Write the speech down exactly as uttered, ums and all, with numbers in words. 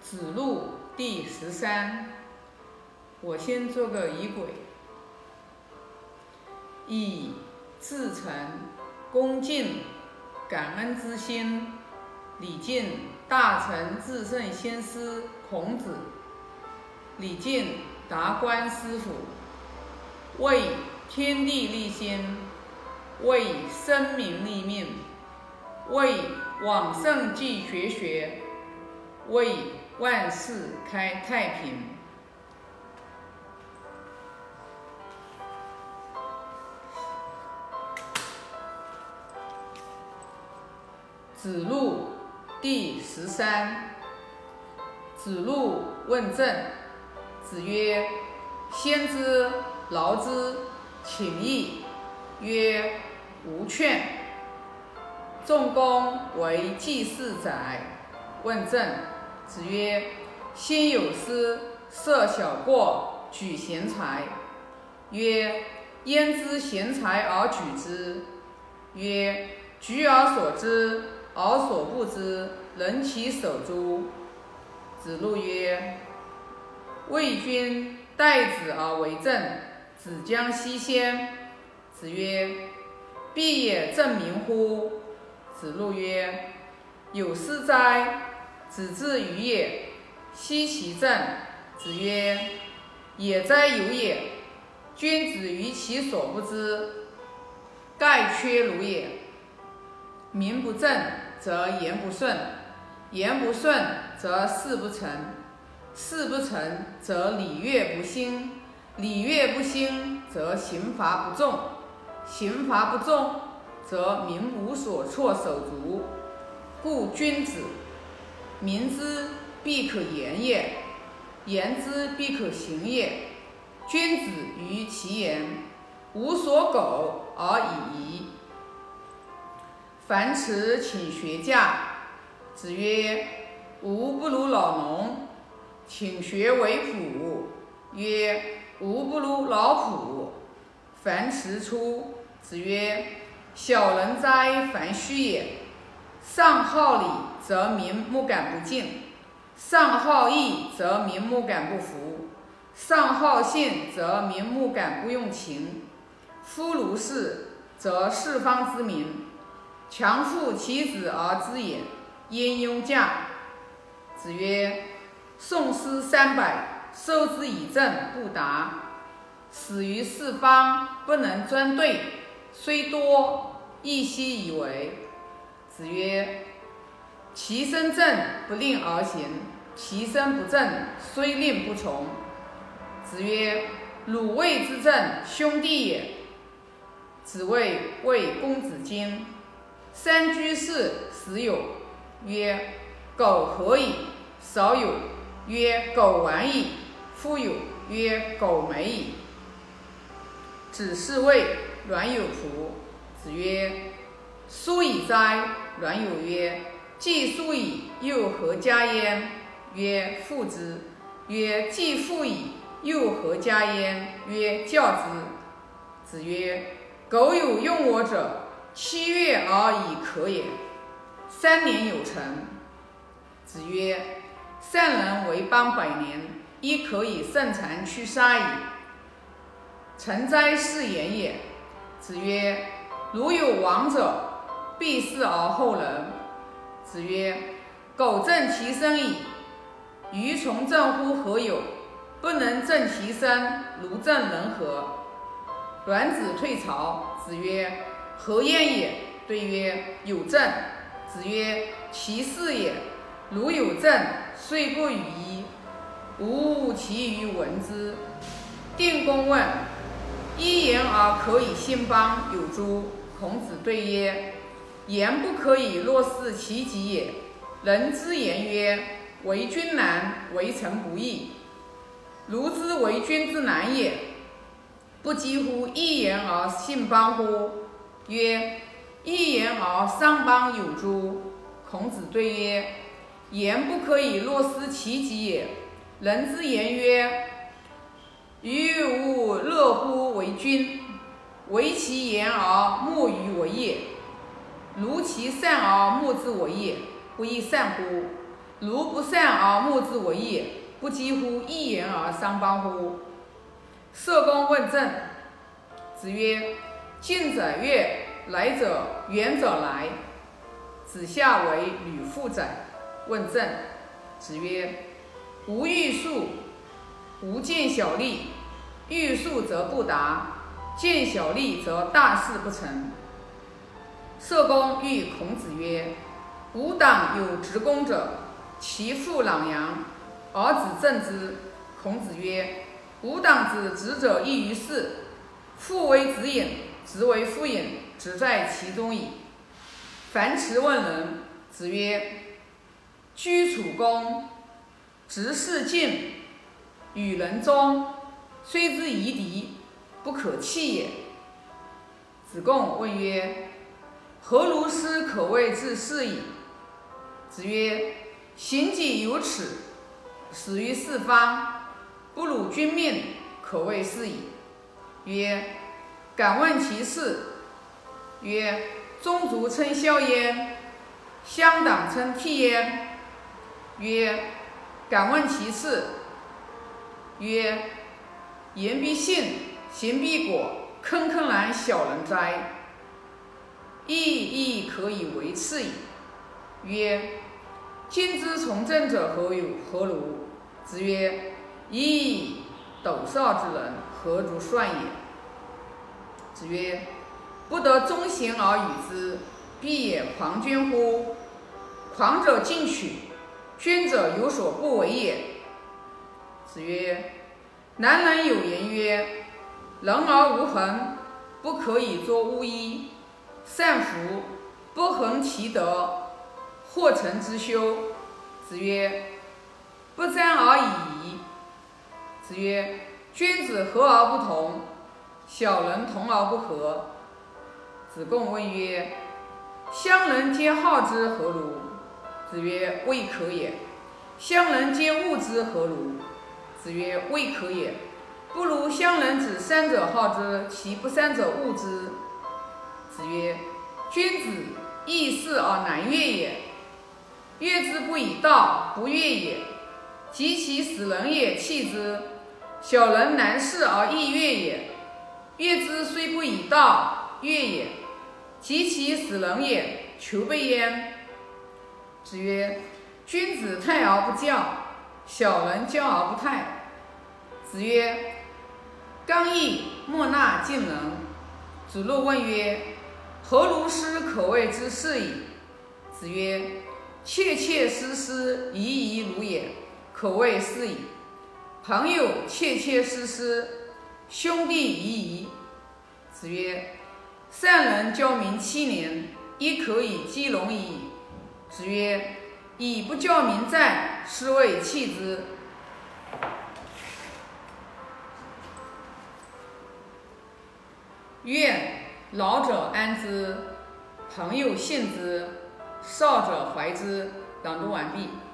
子路第十三。我先做个仪轨，以至诚、恭敬、感恩之心，礼敬大成至圣先师孔子，礼敬达观师父，为天地立心，为生民立命，为往圣继绝学，为万世开太平。子路第十三。子路问政。子曰：先知劳之，请益。曰：无劝。仲弓为季氏宰。问政。子曰：先有司，设小过，举贤才。曰：焉知贤才而举之？曰：举而所知，而所不知，能其手足。子路曰：魏君待子而为政，子将西先。子曰：必也正名乎？子路曰：有司哉！子之于也，奚其政？子曰：也哉有也！君子于其所不知，盖缺如也。名不正则言不顺，言不顺则事不成，事不成则礼乐不兴，礼乐不兴则刑罚不重，刑罚不重则民无所措手足。故君子，民之必可言也，言之必可行也。君子于其言，无所苟而已矣。樊迟请学驾。子曰：吾不如老农，请学为仆。曰：吾不如老仆。樊迟出。子曰：小人哉，樊须也！上好礼，则民目感不敬；上好义，则民目感不服；上好信，则民目感不用情。夫如是，则四方之民，强父其子而知也，焉庸驾？子曰：宋诗三百，收之以政，不达。始于四方，不能专对，虽多，亦悉以为。子曰：其身正，不令而行；其身不正，虽令不从。子曰：汝谓之政，兄弟也。子谓谓公子荆。三居室，时有。曰：苟合矣。少有。曰：苟完矣。复有。曰：苟美矣。子是谓阮有仆。子曰：疏矣哉！阮有曰：既疏矣，又何加焉？曰：父之。曰：既父矣，又何加焉？曰：教之。子曰：苟有用我者，七月而已可也，三年有成。子曰：善人为邦百年，亦可以盛残驱杀矣。成哉，是言也。子曰：如有亡者，必弑而后人。子曰：苟正其身矣，余从政乎何有？不能正其身，如正人何？阮子退朝。子曰：何焉也？对曰：有政。子曰：其事也。如有政，虽不与矣，吾无其于闻之。定公问：一言而可以兴邦，有诸？孔子对曰：言不可以落事其极也。人之言曰：为君难，为臣不易。如之为君之难也，不几乎一言而兴邦乎？曰：一言而伤邦，有诸？孔子对曰：言不可以落失其极也。人之言曰：予吾乐乎为君，为其言而莫于为也。如其善而莫之为也，不亦善乎？ 如不善而目之为也，不几乎一言而伤邦乎？社公问政。子曰：近者悦，来者远者来。子夏为吕父宰。问政。子曰：吾欲速，吾见小利。欲速则不达，见小利则大事不成。社公欲孔子曰：吾党有执公者，其父朗阳，而子正之。孔子曰：吾党之执者亦于事，父为子隐，子为父隐，只在其中矣。樊迟问仁。子曰：居处恭，执事敬，与人忠，虽之夷狄，不可弃也。子贡问曰：何如斯可谓治世矣？子曰：行己有耻，始于四方，不辱君命，可谓是矣。曰：敢问其事。曰：宗族称孝焉，乡党称悌焉。曰：敢问其事。曰：言必信，行必果，坑坑然小人哉！亦亦可以为次矣。曰：今之从政者何有何如？子曰：噫！斗少之人，何足算也？子曰：不得忠行而与之，必也狂君乎？狂者进取，君者有所不为也。子曰：南人有言曰：人而无恒，不可以作巫医。善夫，不恒其德，或成之修。子曰：不沾而已矣。子曰：君子和而不同，小人同而不和。子贡问曰：乡人皆好之，何如？子曰：未可也。乡人皆恶之，何如？子曰：未可也。不如乡人指三者好之，其不三者恶之。子曰：君子易事而难悦也。悦之不以道，不悦也。及其死人也，弃之。小人难事而易悦也。悦之虽不以道，悦也。及其死人也，求备焉。子曰：君子泰而不教，小人教而不泰。子曰：刚毅莫纳近人。子路问曰：何如斯可谓之事矣？子曰：切切实实，仪仪如也，可谓是矣。朋友切切实实，兄弟仪仪。子曰：善人教民七年，亦可以积龙矣。子曰：以不教民战，是谓弃之。愿老者安之，朋友信之，少者怀之。朗读完毕。